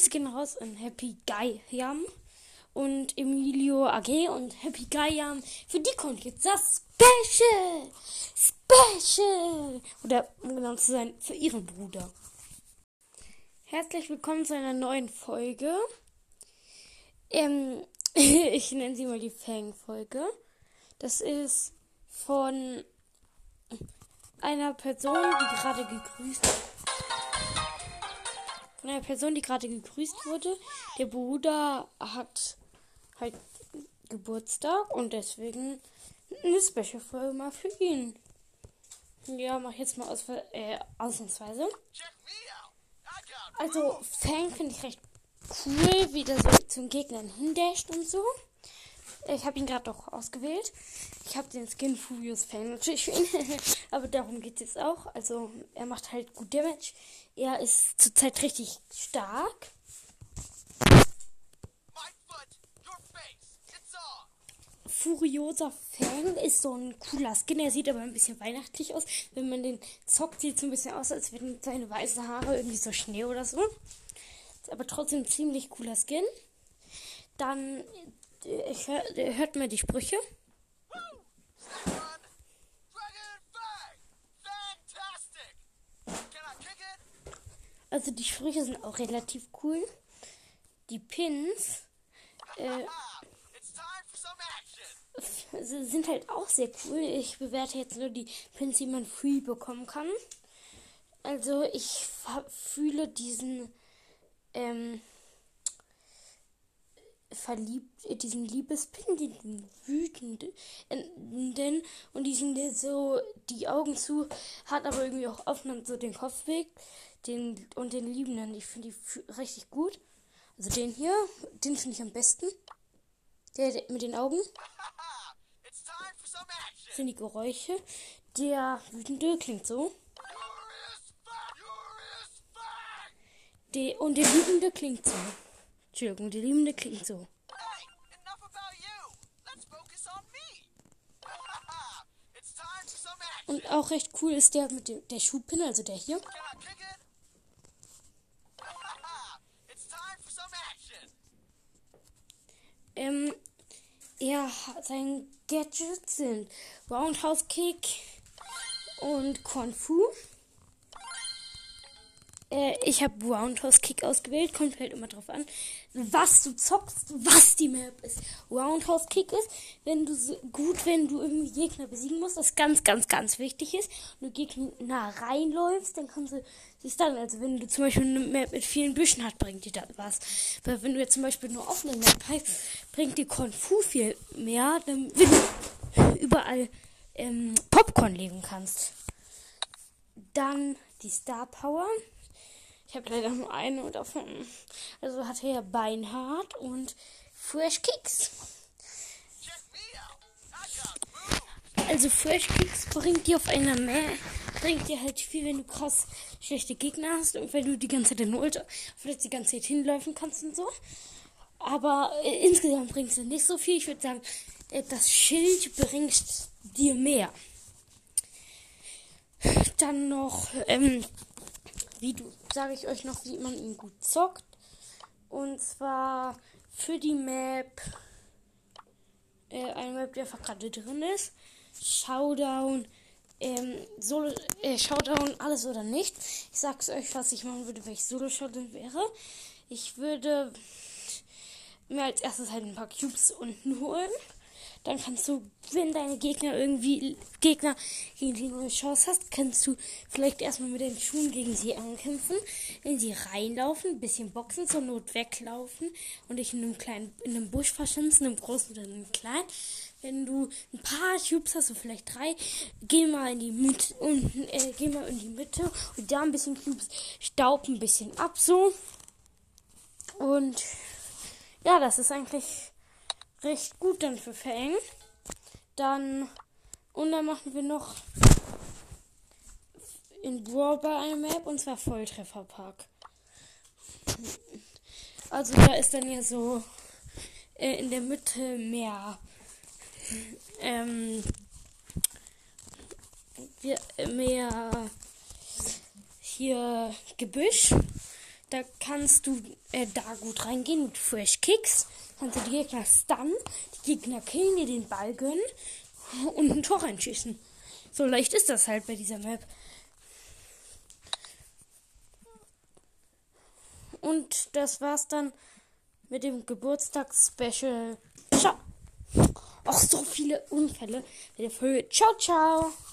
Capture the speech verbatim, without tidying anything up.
Grüße gehen raus an Happy Guy Yam und Emilio A G und Happy Guy Yam. Für die kommt jetzt das Special. Special. Oder um genau zu sein, für ihren Bruder. Herzlich willkommen zu einer neuen Folge. Ähm, ich nenne sie mal die Fang-Folge. Das ist von einer Person, die gerade gegrüßt Von einer Person, die gerade gegrüßt wurde. Der Bruder hat halt Geburtstag und deswegen eine Special-Folge mal für ihn. Ja, mach jetzt mal aus, äh, ausnahmsweise. Also, Fang finde ich recht cool, wie der so zum Gegnern hindasht und so. Ich habe ihn gerade auch ausgewählt. Ich habe den Skin Furious Fang natürlich für ihn. Aber darum geht es jetzt auch. Also, er macht halt gut Damage. Er ist zurzeit richtig stark. Furioser Fang ist so ein cooler Skin. Er sieht aber ein bisschen weihnachtlich aus. Wenn man den zockt, sieht es so ein bisschen aus, als wären seine weißen Haare irgendwie so Schnee oder so. Ist aber trotzdem ein ziemlich cooler Skin. Dann ich hör, hört mal die Sprüche. Also die Sprüche sind auch relativ cool. Die Pins äh, sind halt auch sehr cool. Ich bewerte jetzt nur die Pins, die man free bekommen kann. Also ich fühle diesen ähm, verliebt, diesen Liebespin, den wütenden und diesen, der so die Augen zu hat, aber irgendwie auch offen und so den Kopf bewegt, den und den Liebenden. Ich finde die richtig gut. Also den hier, den finde ich am besten. Der, der mit den Augen. Das sind die Geräusche. Der wütende klingt so. Der, und der liebende klingt so. Entschuldigung, der liebende klingt so. Und auch recht cool ist der mit dem der Schuhpin, also der hier. Ähm, ja, sein Gadgets sind Roundhouse Kick und Kung Fu. Äh, ich habe Roundhouse Kick ausgewählt, kommt halt immer drauf an, was du zockst, was die Map ist. Roundhouse Kick ist, wenn du so gut, wenn du irgendwie Gegner besiegen musst, das ganz, ganz, ganz wichtig ist. Wenn du Gegner reinläufst, dann kannst du sich dann, also wenn du zum Beispiel eine Map mit vielen Büschen hast, bringt dir das was. Weil wenn du jetzt zum Beispiel nur offene Map hast, bringt dir Kung Fu viel mehr, wenn du überall ähm, Popcorn legen kannst. Dann die Star Power. Ich habe leider nur eine davon. Also hat er ja Beinhard und Fresh Kicks. Also Fresh Kicks bringt dir auf einer Map, bringt dir halt viel, wenn du krass schlechte Gegner hast und wenn du die ganze Zeit in Ult vielleicht die ganze Zeit hinläufen kannst und so. Aber äh, insgesamt bringt es nicht so viel. Ich würde sagen, äh, das Schild bringt dir mehr. Dann noch, ähm, wie du, sage ich euch noch, wie man ihn gut zockt. Und zwar für die Map, äh, eine Map, die einfach gerade drin ist. Showdown, ähm, Solo, äh, Showdown, alles oder nicht. Ich sag's euch, was ich machen würde, wenn ich Solo-Showdown wäre. Ich würde mir als erstes halt ein paar Cubes unten holen. Dann kannst du, wenn deine Gegner irgendwie, Gegner, gegen die du eine Chance hast, kannst du vielleicht erstmal mit den Schuhen gegen sie ankämpfen, in sie reinlaufen, ein bisschen boxen, zur Not weglaufen und dich in einem kleinen, in einem Busch verschanzen, in einem großen oder in einem kleinen. Wenn du ein paar Cubes hast, so vielleicht drei, geh mal in die Mitte, unten, äh, geh mal in die Mitte und da ein bisschen Cubes, staub ein bisschen ab, so. Und, ja, das ist eigentlich recht gut dann für Fang. Dann, und dann machen wir noch in Brawl Ball eine Map, und zwar Volltrefferpark. Also da ist dann ja so äh, in der Mitte mehr ähm, wir, mehr hier Gebüsch. Da kannst du äh, da gut reingehen mit Fresh Kicks. Kannst du die Gegner stunnen, die Gegner killen, dir den Ball gönnen und ein Tor reinschießen. So leicht ist das halt bei dieser Map. Und das war's dann mit dem Geburtstagsspecial. Ciao. Auch so viele Unfälle bei der Folge. Ciao, ciao.